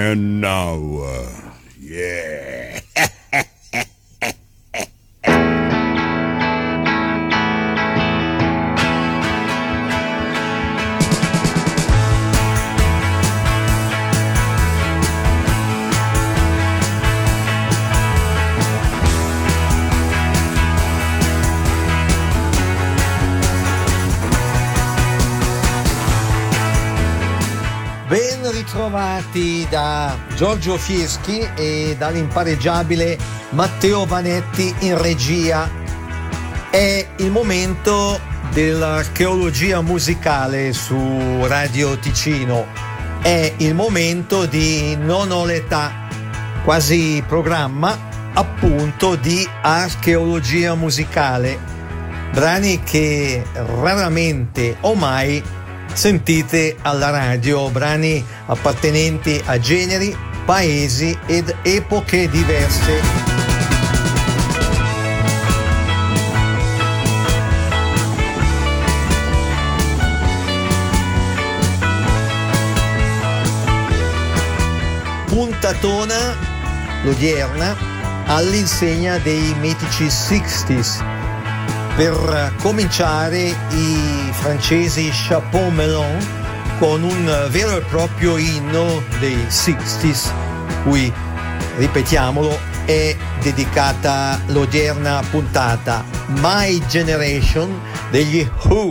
And now, yeah. Ben ritrovati da Giorgio Fieschi e dall'impareggiabile Matteo Vanetti in regia. È il momento dell'archeologia musicale su Radio Ticino. È il momento di Non ho l'età, quasi programma appunto di archeologia musicale. Brani che raramente o mai sentite alla radio, brani appartenenti a generi, paesi ed epoche diverse. Puntatona l'odierna all'insegna dei mitici 60s. Per cominciare, i francesi Chapeau Melon con un vero e proprio inno dei 60s, cui, ripetiamolo, è dedicata l'odierna puntata, My Generation degli Who.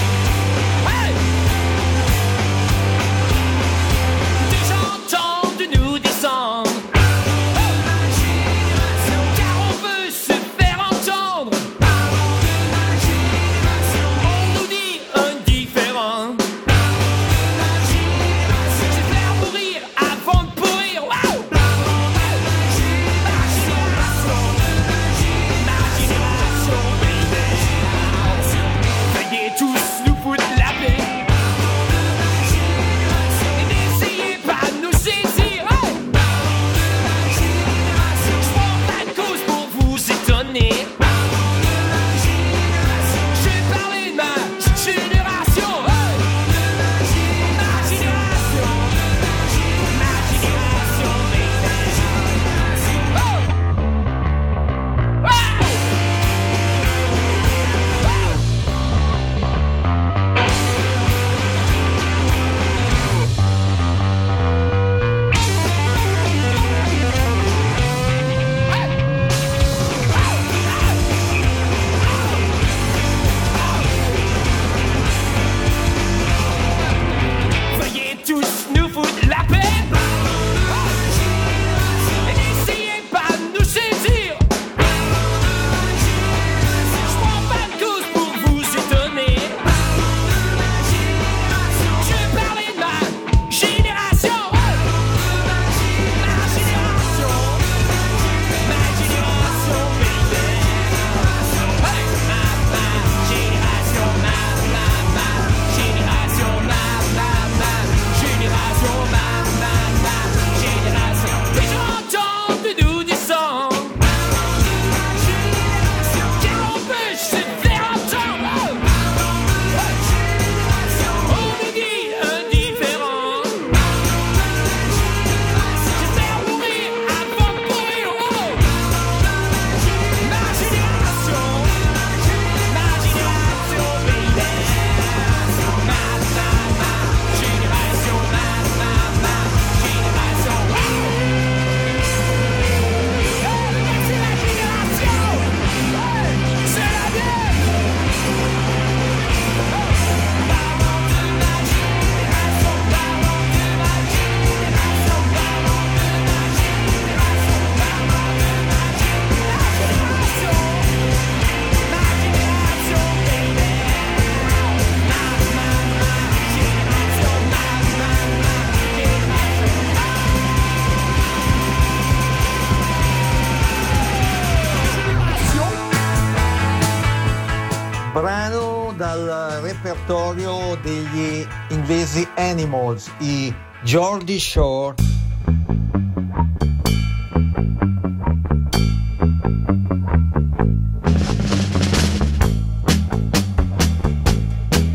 Brano dal repertorio degli inglesi Animals, i Geordie Shore.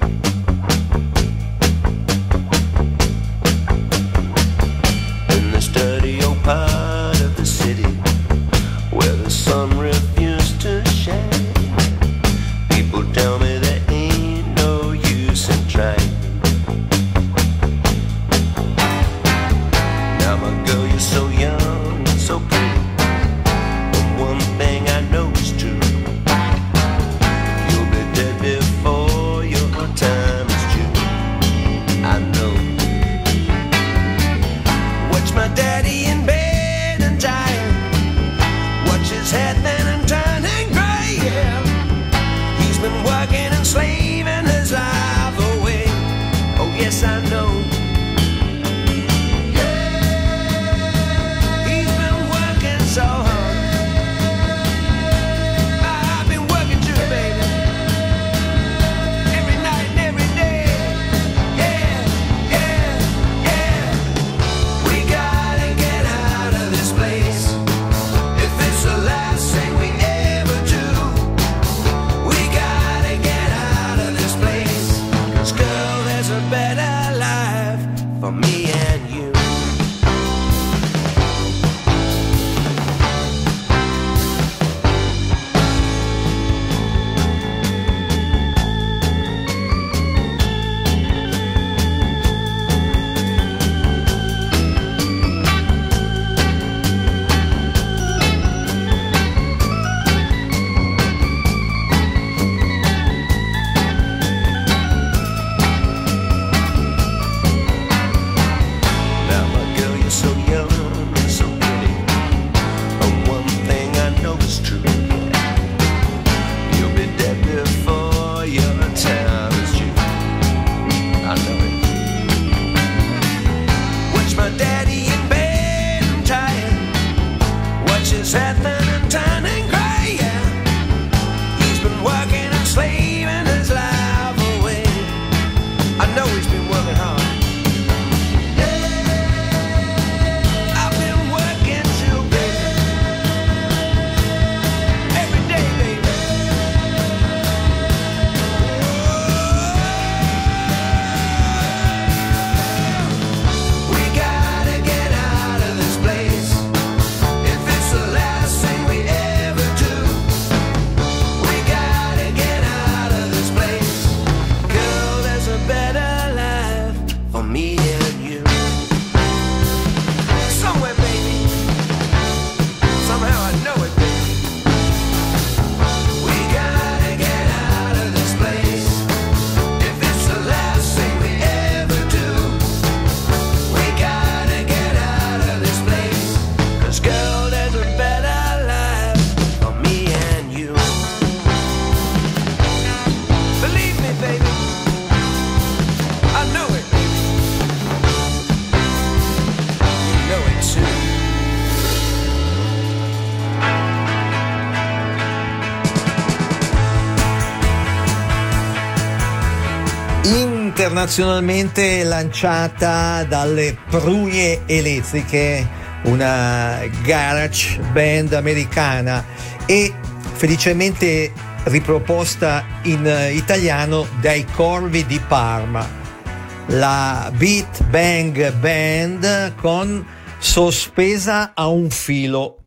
In this satin and turning grey, yeah. He's been working and slaving his life away. I know he's been working hard. I've been working too, baby. Every day, baby. We gotta get out of this place. If it's the last thing we ever do, we gotta get out of this place. Girl, there's a better life for me and you. Somewhere, baby. Somehow I know it, baby. We gotta get out of this place. If it's the last thing we ever do, we gotta get out of this place. 'Cause girl, there's a better life for me and you. Believe me, baby. I know it, baby. You know it too. Internazionalmente lanciata dalle Pruglie Elettriche, una garage band americana, e felicemente riproposta in italiano dai Corvi di Parma, la Beat Bang Band con Sospesa a un filo.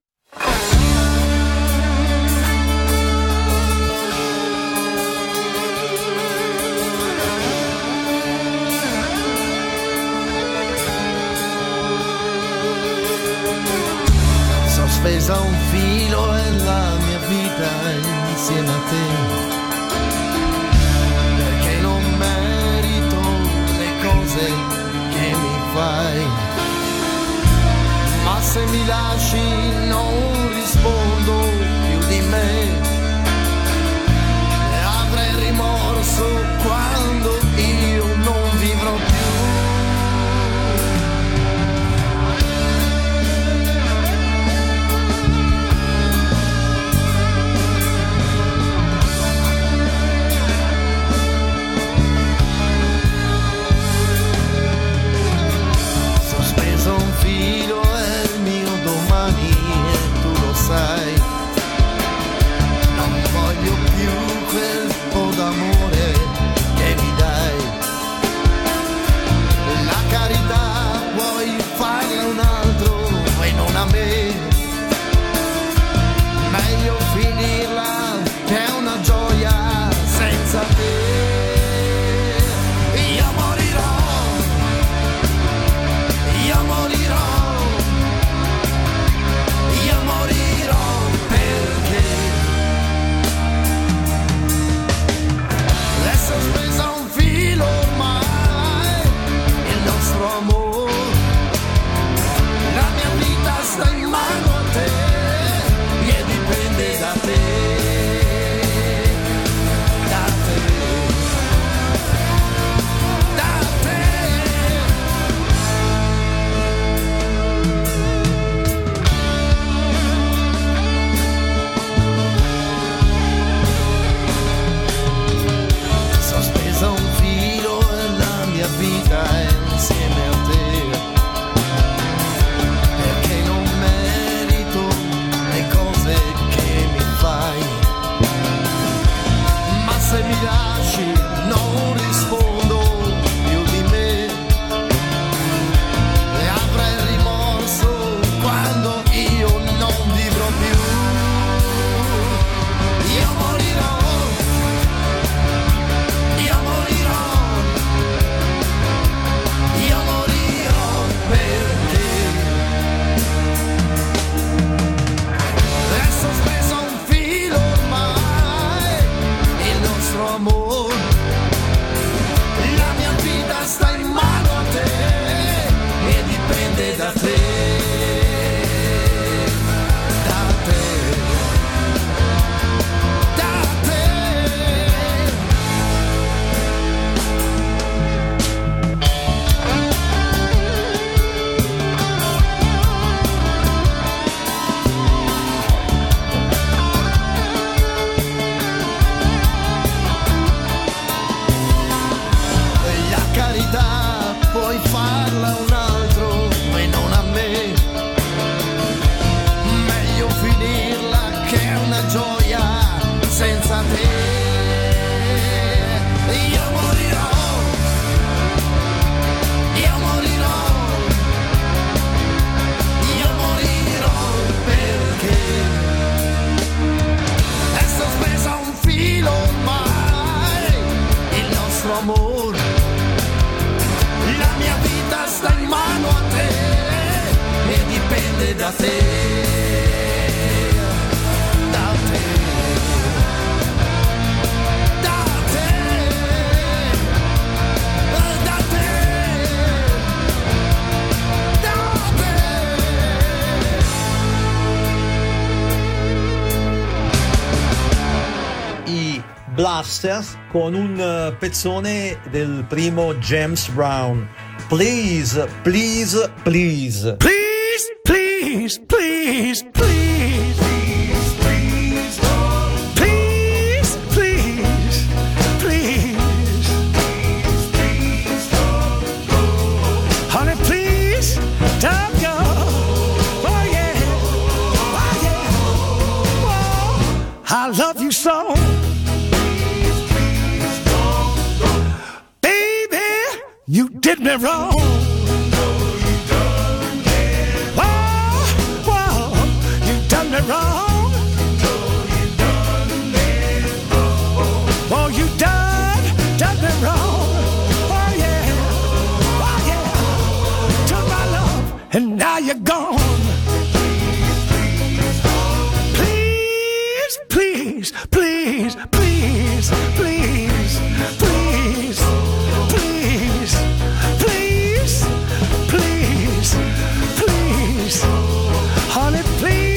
Sospesa un filo è la mia vita insieme a te, perché non merito le cose che mi fai, ma se mi lasci non rispondo più di me, e avrai rimorso quando io non vivrò più. Sospeso un filo è il mio domani e tu lo Blasters con un pezzone del primo James Brown. Please, please, please. Please, please, please, please. Please, please, please. Honey, please, don't go. Oh yeah, oh yeah. Oh, I love you so. Baby, you did me wrong. Wrong. Oh, you done me wrong. Oh yeah, took my love and now you're gone. Please, please, please, please, please, please, please, please, please, please, honey, please.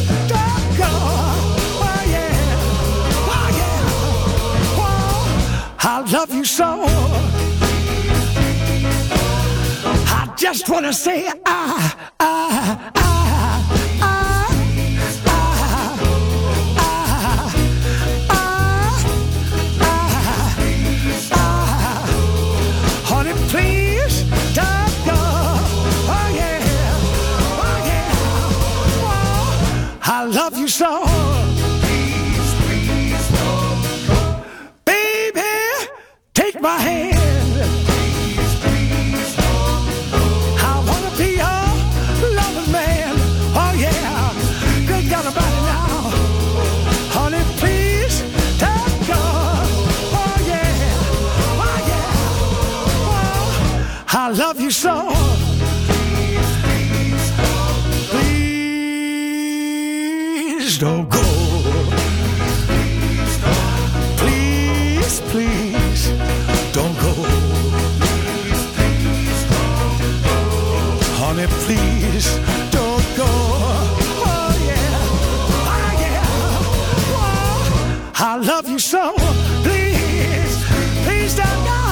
I love you so. I just wanna say honey, please don't go. Oh yeah, oh yeah, oh, I love you so. Take my hand. I wanna be your loving man. Oh yeah, good God about it now. Honey, please don't go. Oh yeah, oh yeah, oh, I love you so. Please don't go. Please, please. Don't go. Honey, please don't go. Oh yeah, oh yeah, oh, I love you so. Please, please don't go.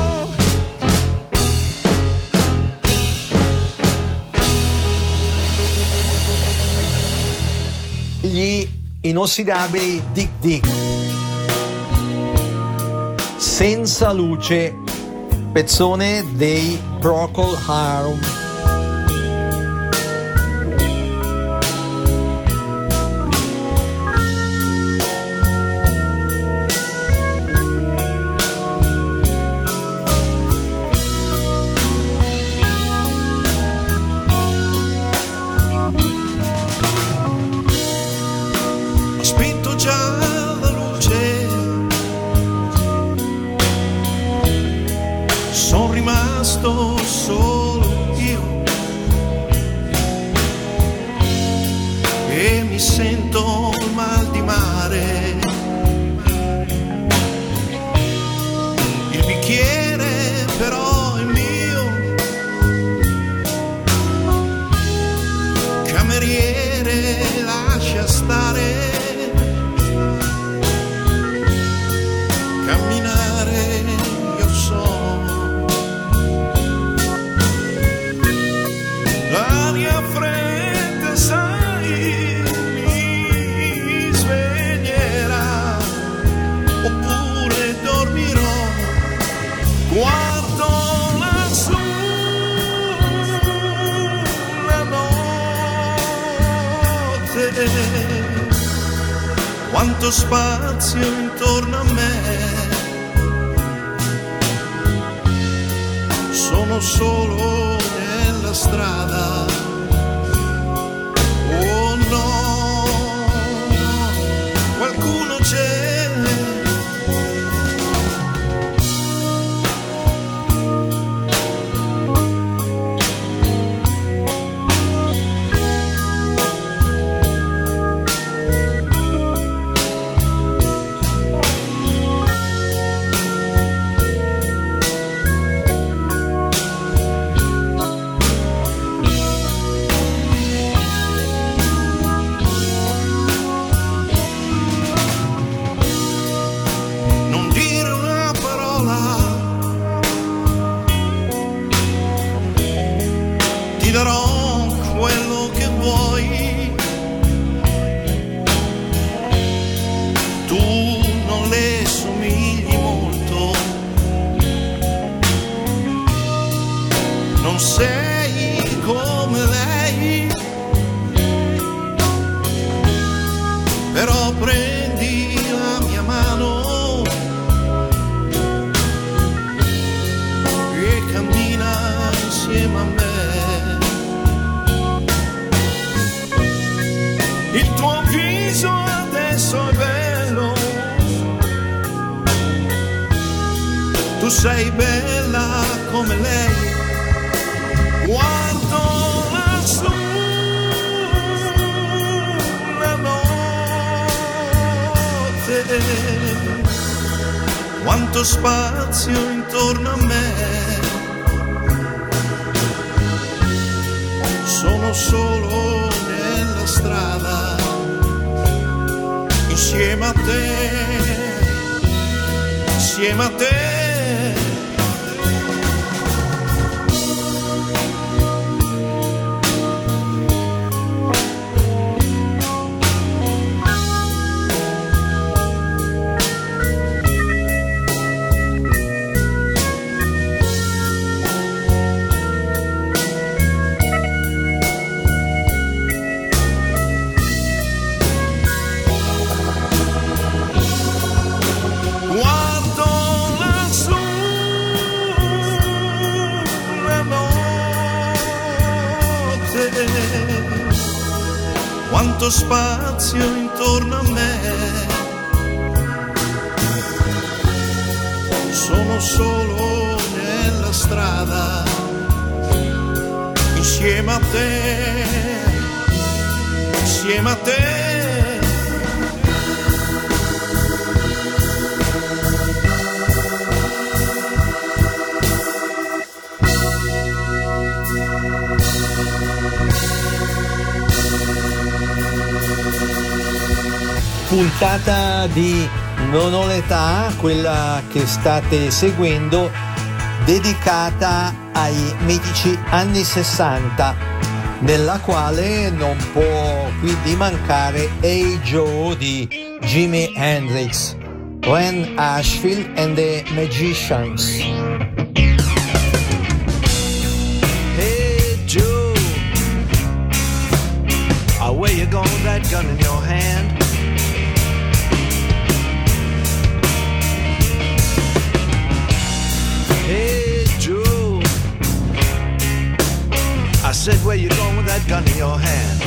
Gli inossidabili Dick Dick. Senza luce, pezzone dei Procol Harum. Ho spento già la luce, sono rimasto solo io e mi sento mal di mare. Il bicchiere però è mio, cameriere lascia stare. Camminare io so. L'aria fredda, sai, mi sveglierà, oppure dormirò. Guardo lassù la notte, quanto spazio intorno a me. Sono solo nella strada. Oh no, qualcuno c'è. però prendi la mia mano e cammina insieme a me. Il tuo viso adesso è bello, tu sei bella come lei. Guardo lassù la notte, quanto spazio intorno a me. Sono solo nella strada insieme a te, insieme a te. Quanto spazio intorno a me, sono solo nella strada insieme a te, insieme a te. Puntata di Non ho l'età, quella che state seguendo, dedicata ai mitici anni 60, nella quale non può quindi mancare Hey Joe di Jimi Hendrix, Len Ashfield and the Magicians. Hey Joe, where you going with that gun in your hand? Hey Joe, I said, where you going with that gun in your hand?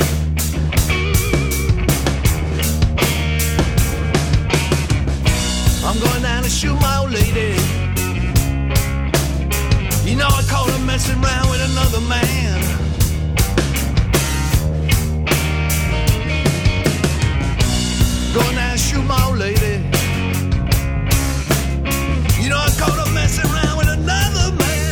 I'm going down to shoot my old lady. You know I caught her messing around with another man. Going down and shoot my old lady. You know I caught her messing around with another man.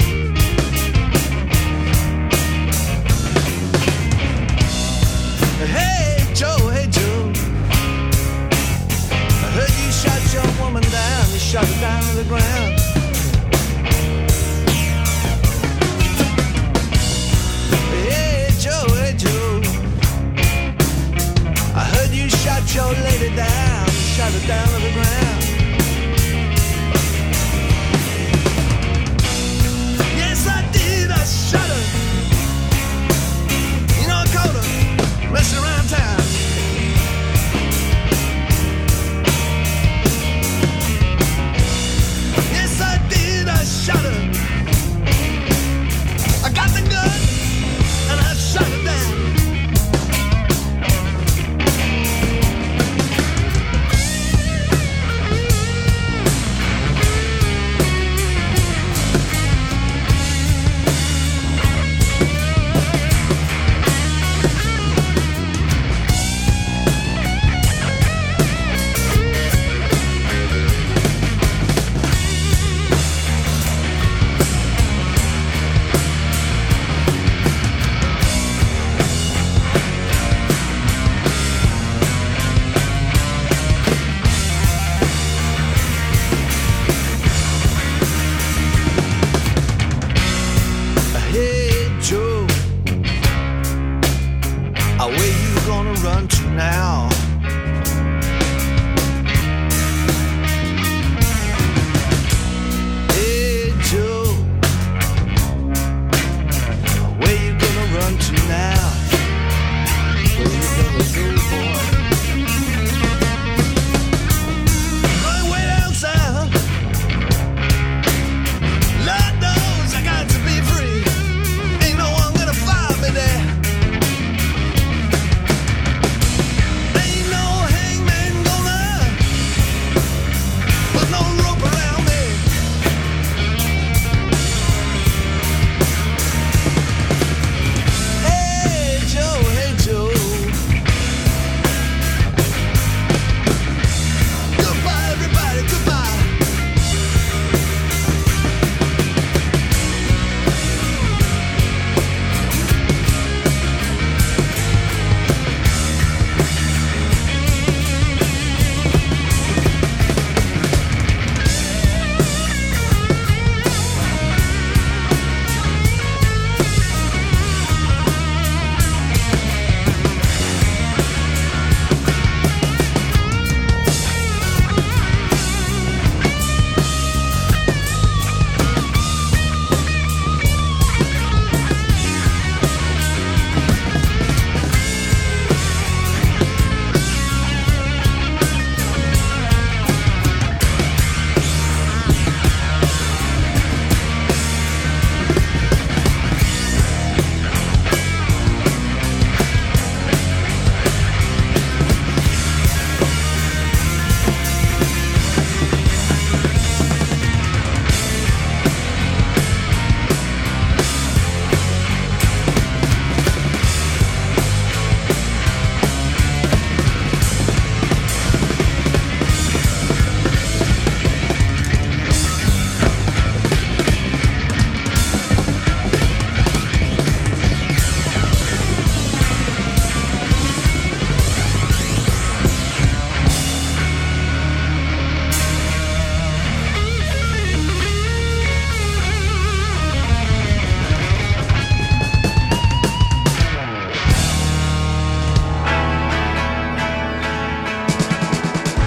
Hey Joe, hey Joe, I heard you shot your woman down. You shot her down to the ground. Hey Joe, hey Joe, I heard you shot your lady down. You shot her down to the ground. Yes, I did, I shot her. You know I caught her messing around town. Yes, I did, I shot her. I got the gun and I shot her down.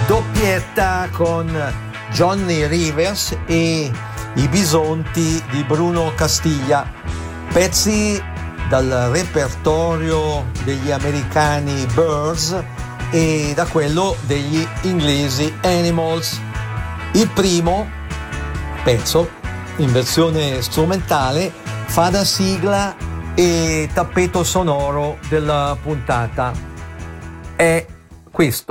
doppietta con Johnny Rivers e i Bisonti di Bruno Castiglia, pezzi dal repertorio degli americani Birds e da quello degli inglesi Animals. Il primo pezzo, in versione strumentale, fa da sigla e tappeto sonoro della puntata. È questo.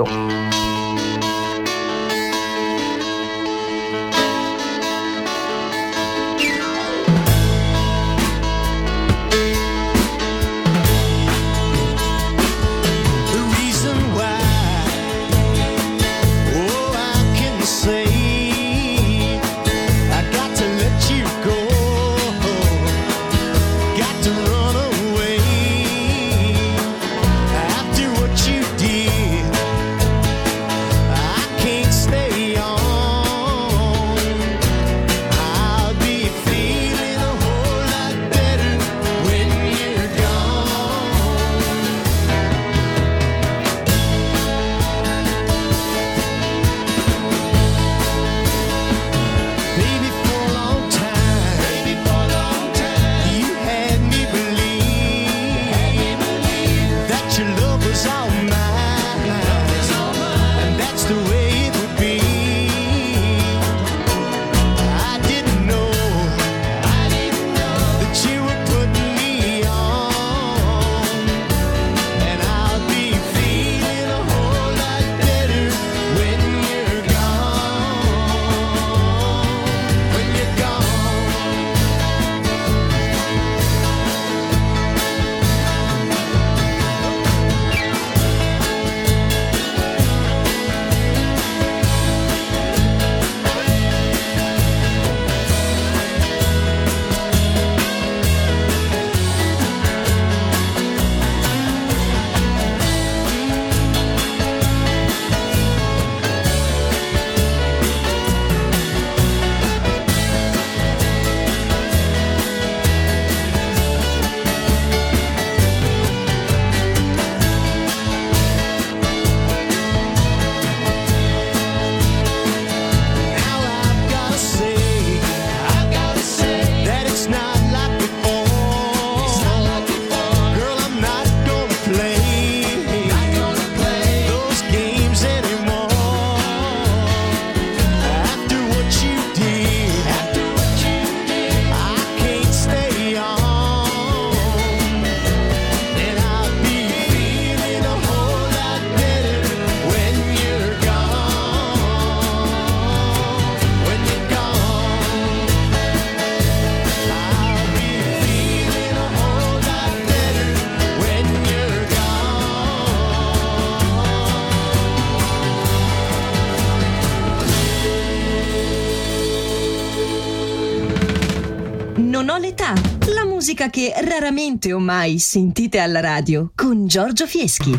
Non ho l'età, la musica che raramente o mai sentite alla radio con Giorgio Fieschi.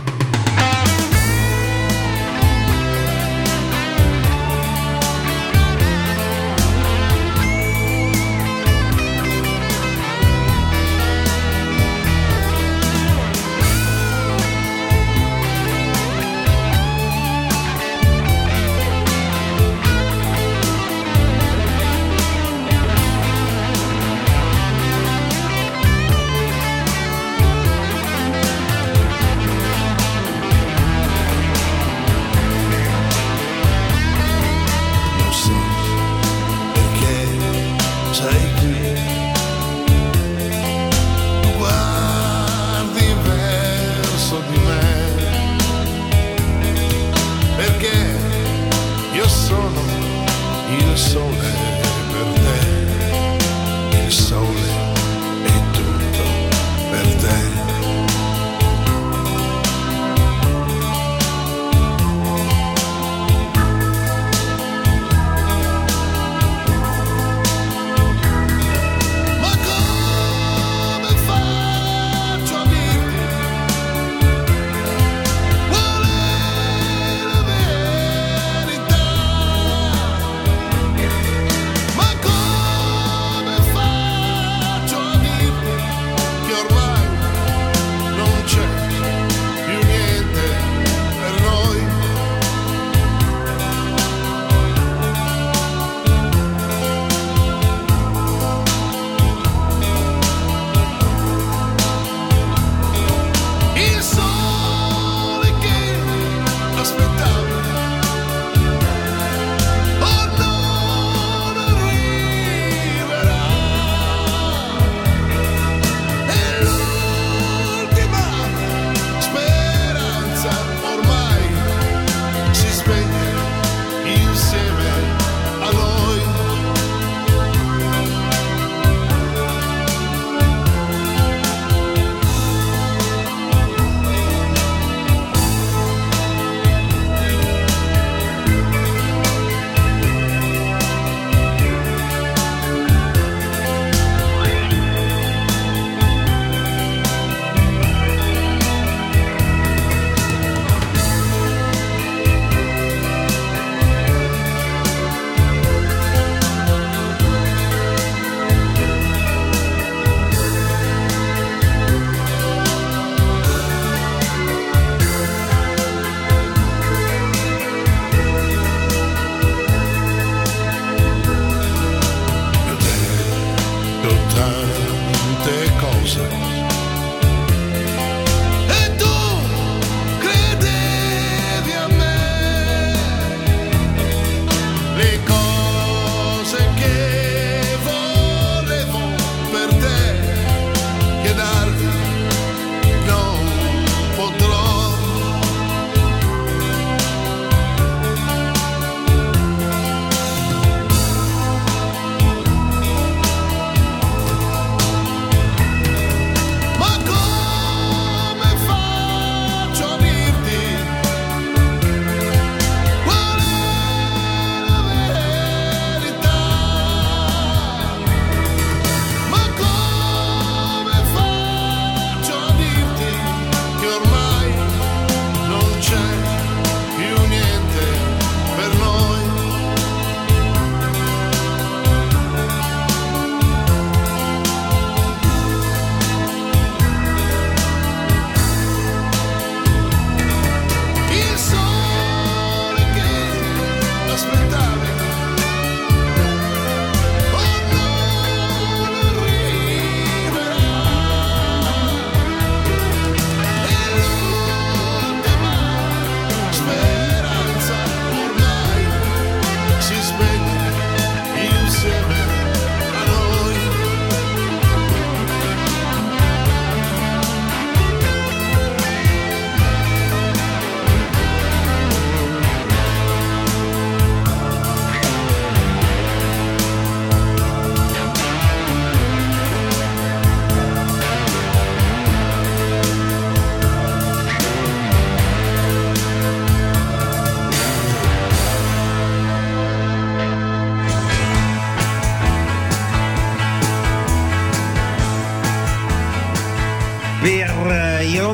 I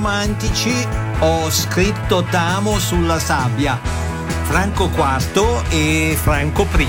romantici ho scritto t'amo sulla sabbia, Franco IV e Franco I.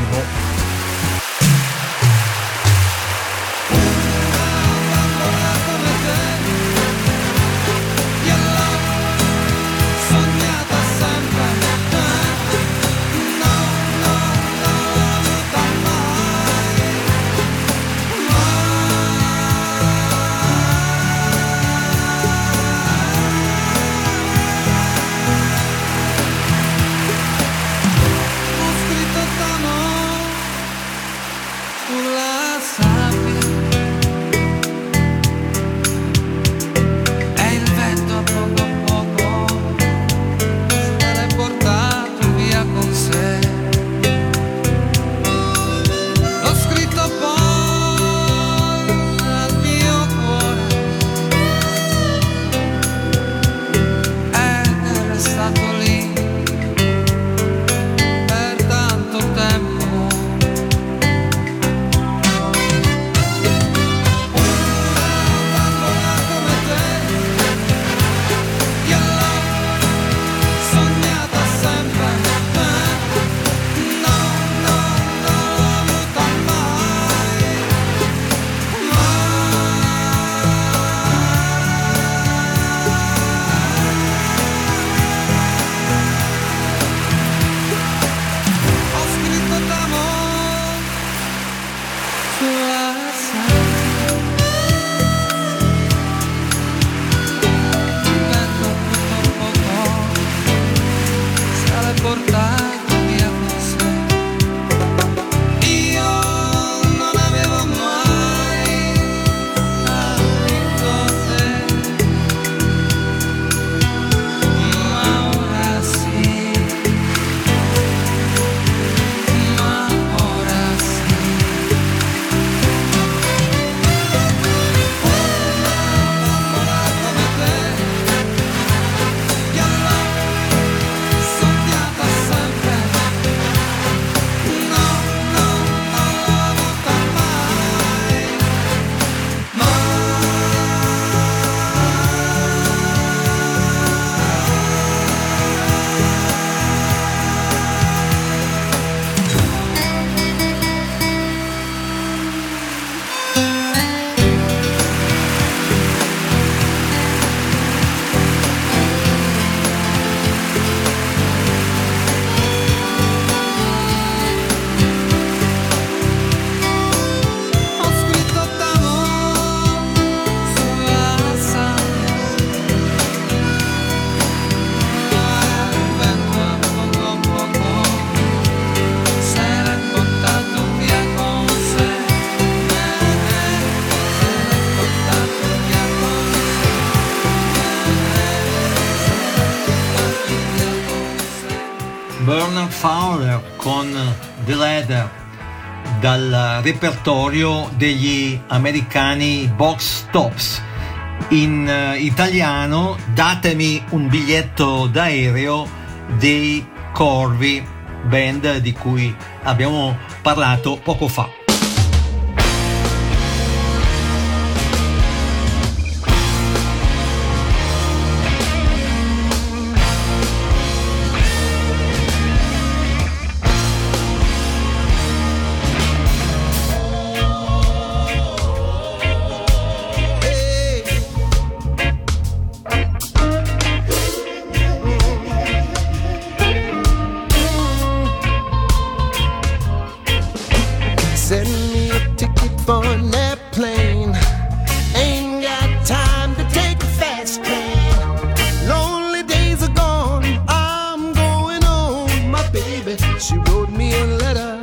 Bernard Fowler con The Leather dal repertorio degli americani Box Tops. In italiano Datemi un biglietto d'aereo dei Corvi, band di cui abbiamo parlato poco fa. Send me a ticket for an airplane. Ain't got time to take a fast train. Lonely days are gone, I'm going home. My baby, she wrote me a letter.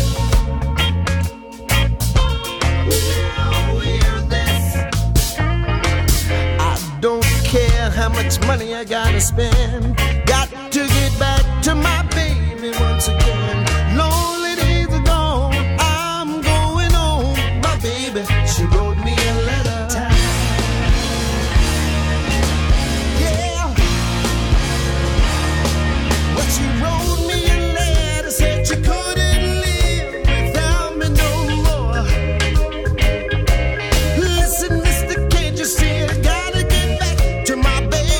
I don't care how much money I gotta spend. Got to get back to my baby once again. Lonely days are gone, I'm going home. My baby, she wrote me a letter. Yeah. Well, she wrote me a letter, said she couldn't live without me no more. Listen, mister, can't you see I gotta get back to my baby?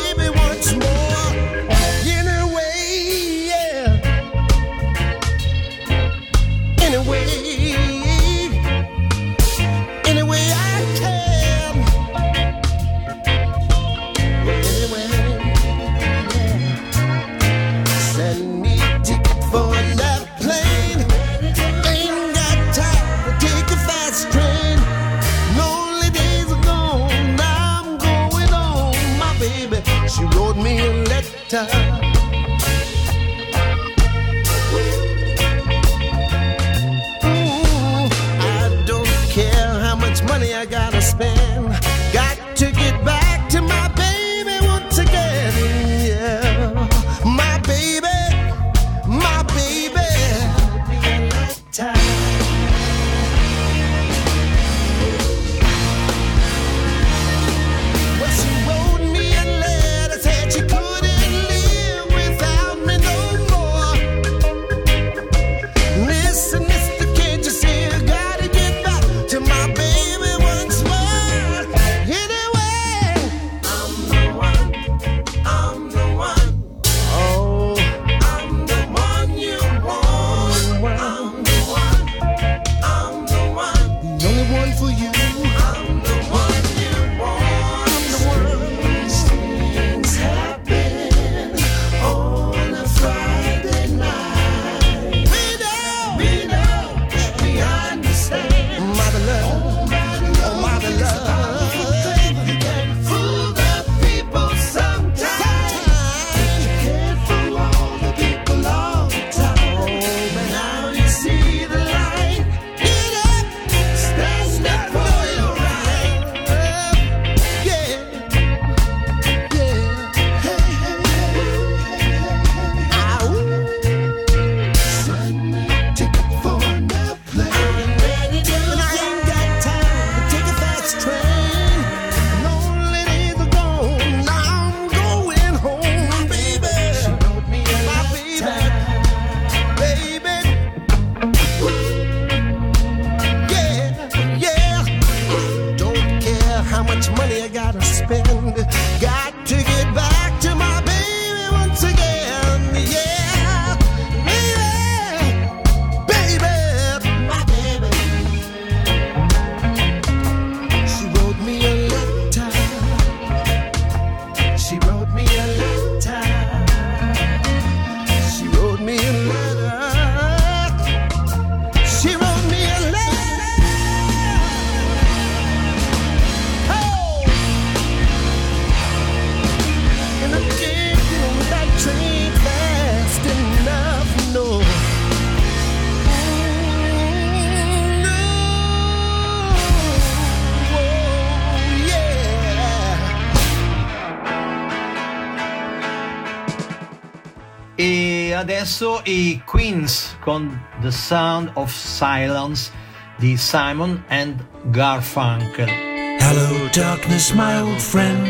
adesso i Queens con The Sound of Silence di Simon and Garfunkel. Hello, darkness, my old friend.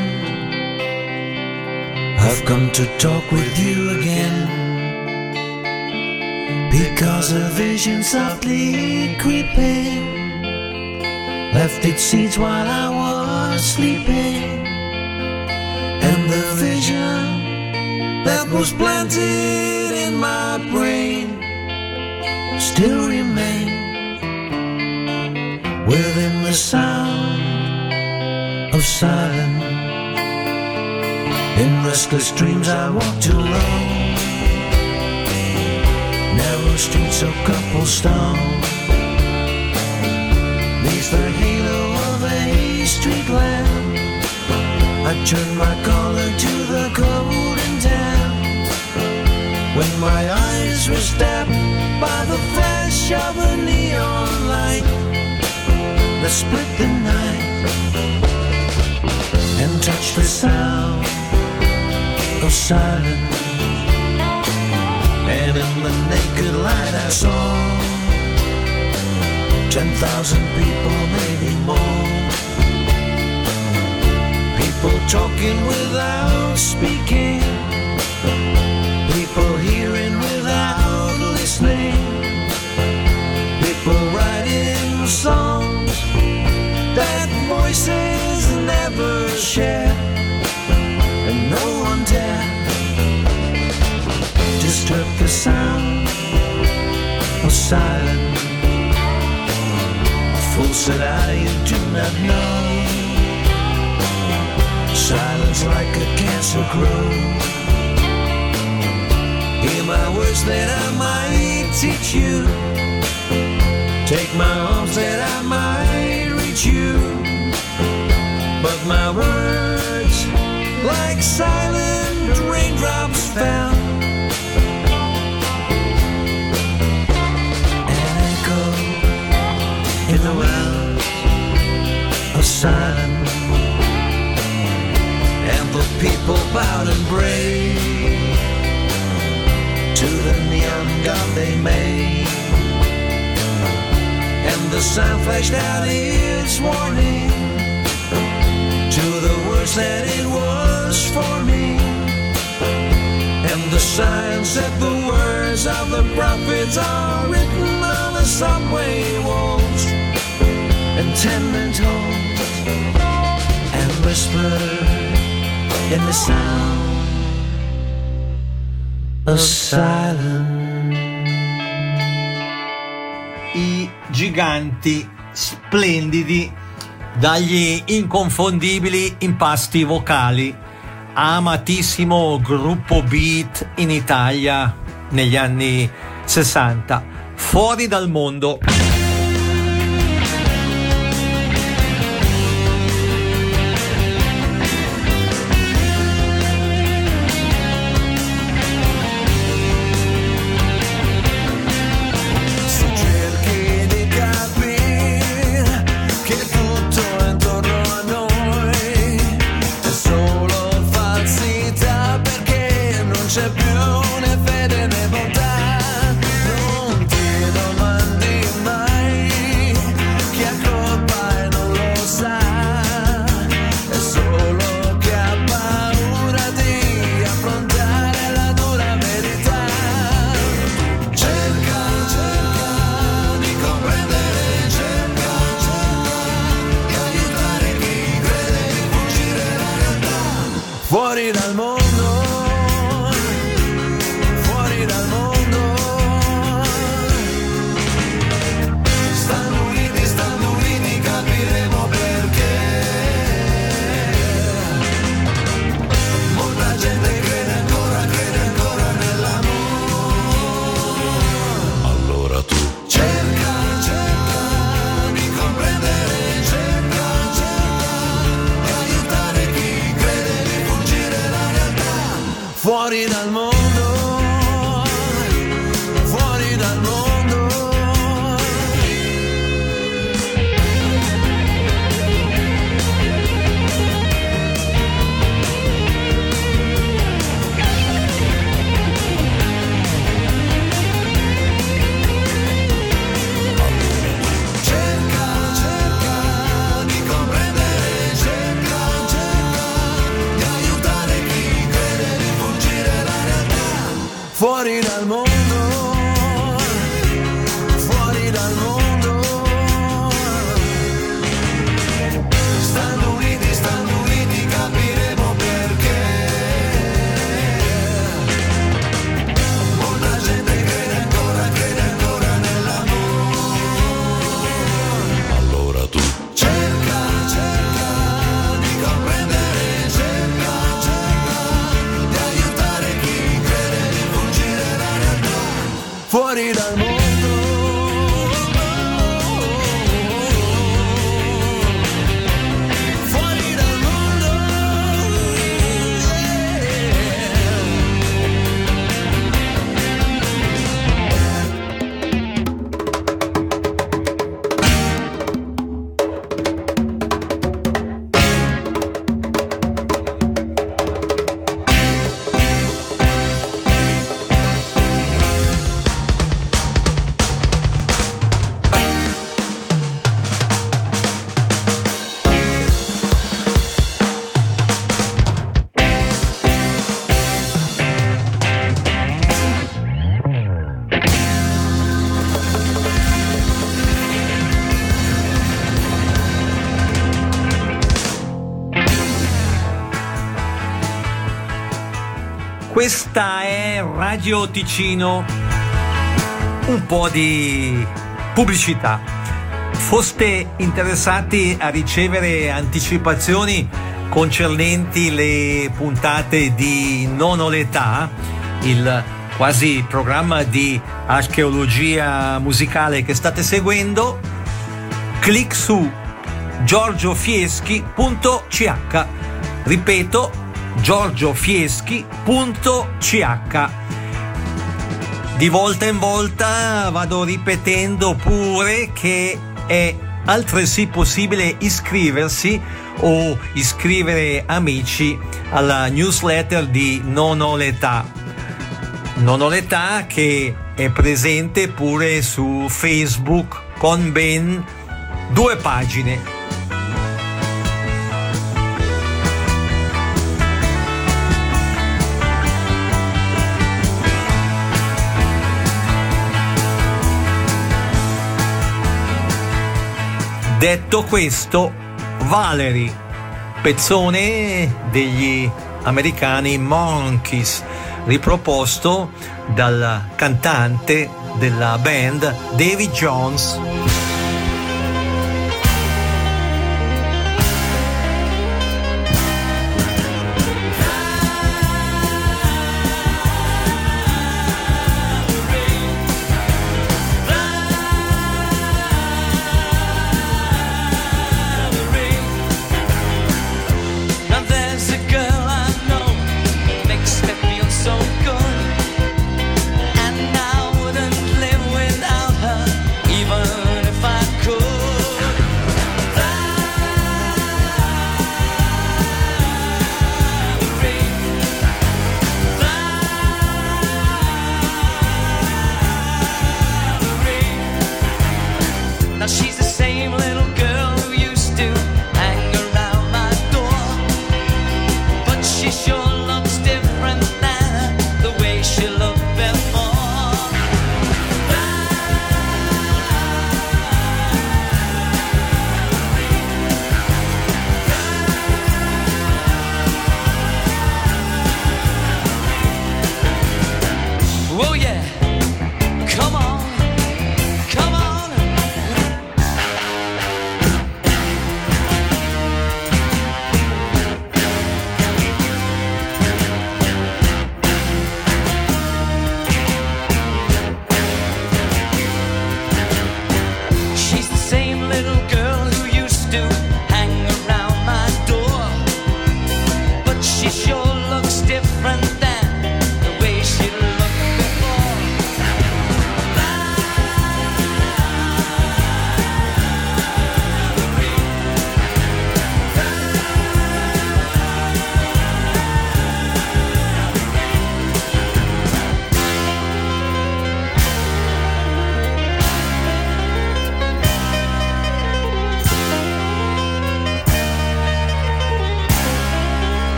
I've come to talk with you again, because a vision softly creeping left its seeds while I was sleeping, and the vision that was planted in my brain still remains within the sound of silence. In restless dreams I walked alone, narrow streets of cobblestone, neath the halo of a street lamp. I turned my collar to the cold and damp, when my eyes were stabbed by the flash of a neon light that split the night and touched the sound of silence. And in the naked light I saw 10,000 people, maybe more, people talking without speaking, people hearing without listening, people writing songs that voices never share, and no one dared disturb the sound of silence. Fool, said I, you do not know, silence like a cancer grows. Hear my words that I might teach you, take my arms that I might reach you, but my words like silent raindrops fell and echo in the wells of silence. And the people bowed and prayed to the neon god they made, and the sign flashed out its warning to the words that it was for me, and the sign said the words of the prophets are written on the subway walls and tenement halls, and whispered in the sound of silence. I giganti splendidi dagli inconfondibili impasti vocali, amatissimo gruppo beat in Italia negli anni 60, fuori dal mondo. C'è più né fede né bontà, non ti domandi mai dal mondo. Stando uniti capiremo perché. Molta gente crede ancora nell'amore. Allora tu Cerca di comprendere, cerca di aiutare chi crede di fuggire la realtà fuori dal mondo. Fuori dal mondo. Questa è Radio Ticino. Un po' di pubblicità. Foste interessati a ricevere anticipazioni concernenti le puntate di Non ho l'età, il quasi programma di archeologia musicale che state seguendo? Clic su giorgiofieschi.ch. Ripeto, giorgiofieschi.ch. Di volta in volta vado ripetendo pure che è altresì possibile iscriversi o iscrivere amici alla newsletter di Non ho l'età. Non ho l'età che è presente pure su Facebook con ben 2 pagine. Detto questo, Valerie, pezzone degli americani Monkees, riproposto dal cantante della band Davy Jones. Now there's a girl I know makes me feel so good, and I wouldn't live without her, even if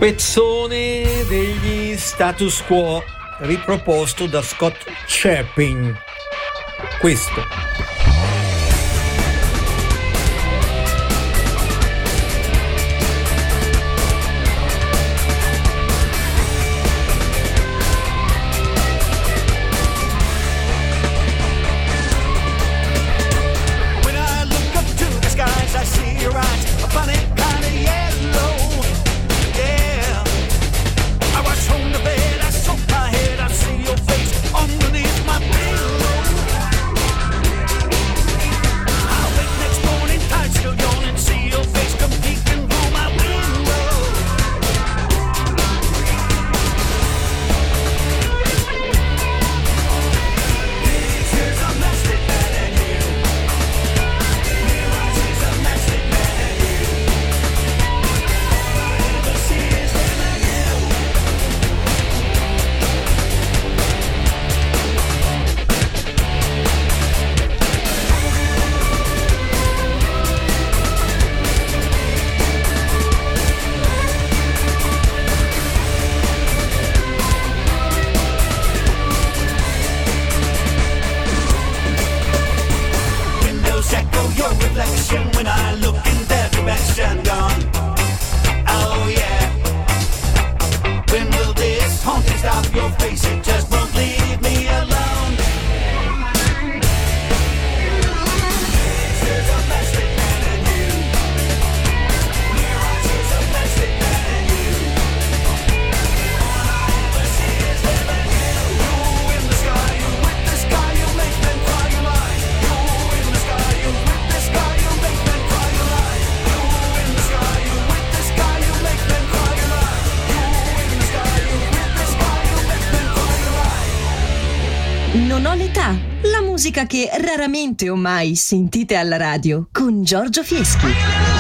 pezzone degli Status Quo riproposto da Scott Chapin. Questo. When I look up to the skies, I see your eyes, a funny kind of yellow. Yeah. I watch home to bed, I soak my head, I see your face underneath my pillow. I wake next morning, tired, still yawning, see your face come peeking through my window. Pictures of plastic man and you. Mirrors of plastic man and you. All I ever see is them and you. Windows echo your reflection when I look in their direction. Gone. Oh yeah. When will this haunting stop your face? It just won't leave me alone. Pictures of plastic man and you. Mirrors of plastic man and you. All I ever see is them and you. You in the sky, you with the sky, you make them cry, you lie. You in the sky, you with the sky, you make them cry, you lie. You in the sky, you with the sky, you make them cry, you lie. You in the sky, you with the sky, you make them cry, you lie. Non ho l'età, la musica che raramente o mai sentite alla radio con Giorgio Fieschi.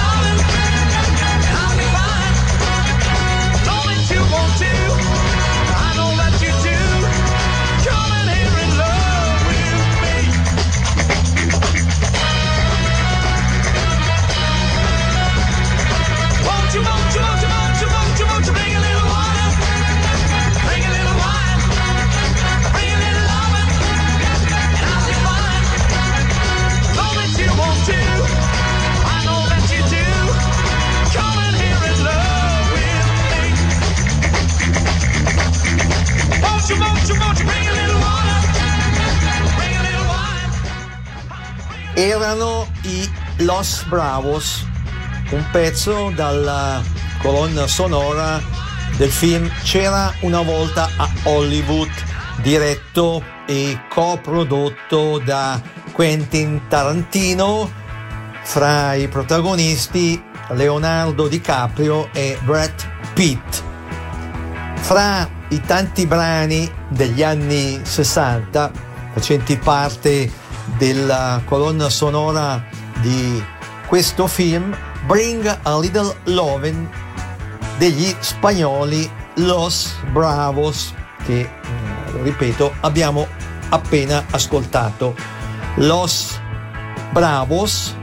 Erano i Los Bravos, un pezzo dalla colonna sonora del film C'era una volta a Hollywood, diretto e coprodotto da Quentin Tarantino, fra i protagonisti Leonardo DiCaprio e Brad Pitt. Fra i tanti brani degli anni 60 facenti parte della colonna sonora di questo film, Bring a Little Lovin' degli spagnoli Los Bravos, che ripeto abbiamo appena ascoltato. Los Bravos,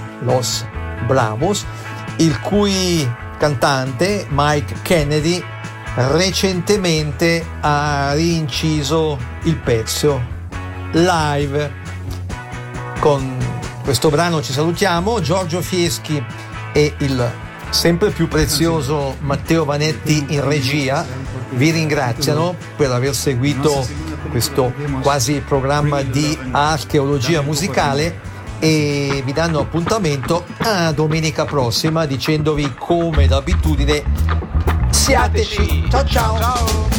il cui cantante Mike Kennedy recentemente ha rinciso il pezzo live. Con questo brano ci salutiamo. Giorgio Fieschi e il sempre più prezioso Matteo Vanetti in regia vi ringraziano per aver seguito questo quasi programma di archeologia musicale e vi danno appuntamento a domenica prossima dicendovi come d'abitudine siateci. Ciao ciao.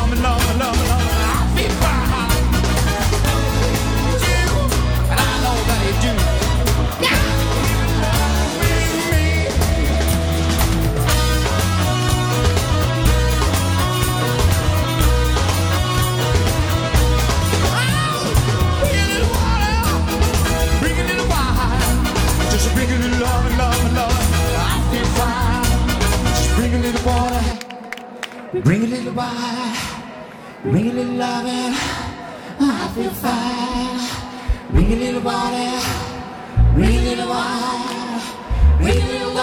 love me, love me, love me, love me. I feel fine. You, and I know that you do. Just bring a little love, love, love. I feel fine. Just bring a little water, bring a little wine, bring a little loving. I feel fine. Bring a little water, bring a little wine, bring a little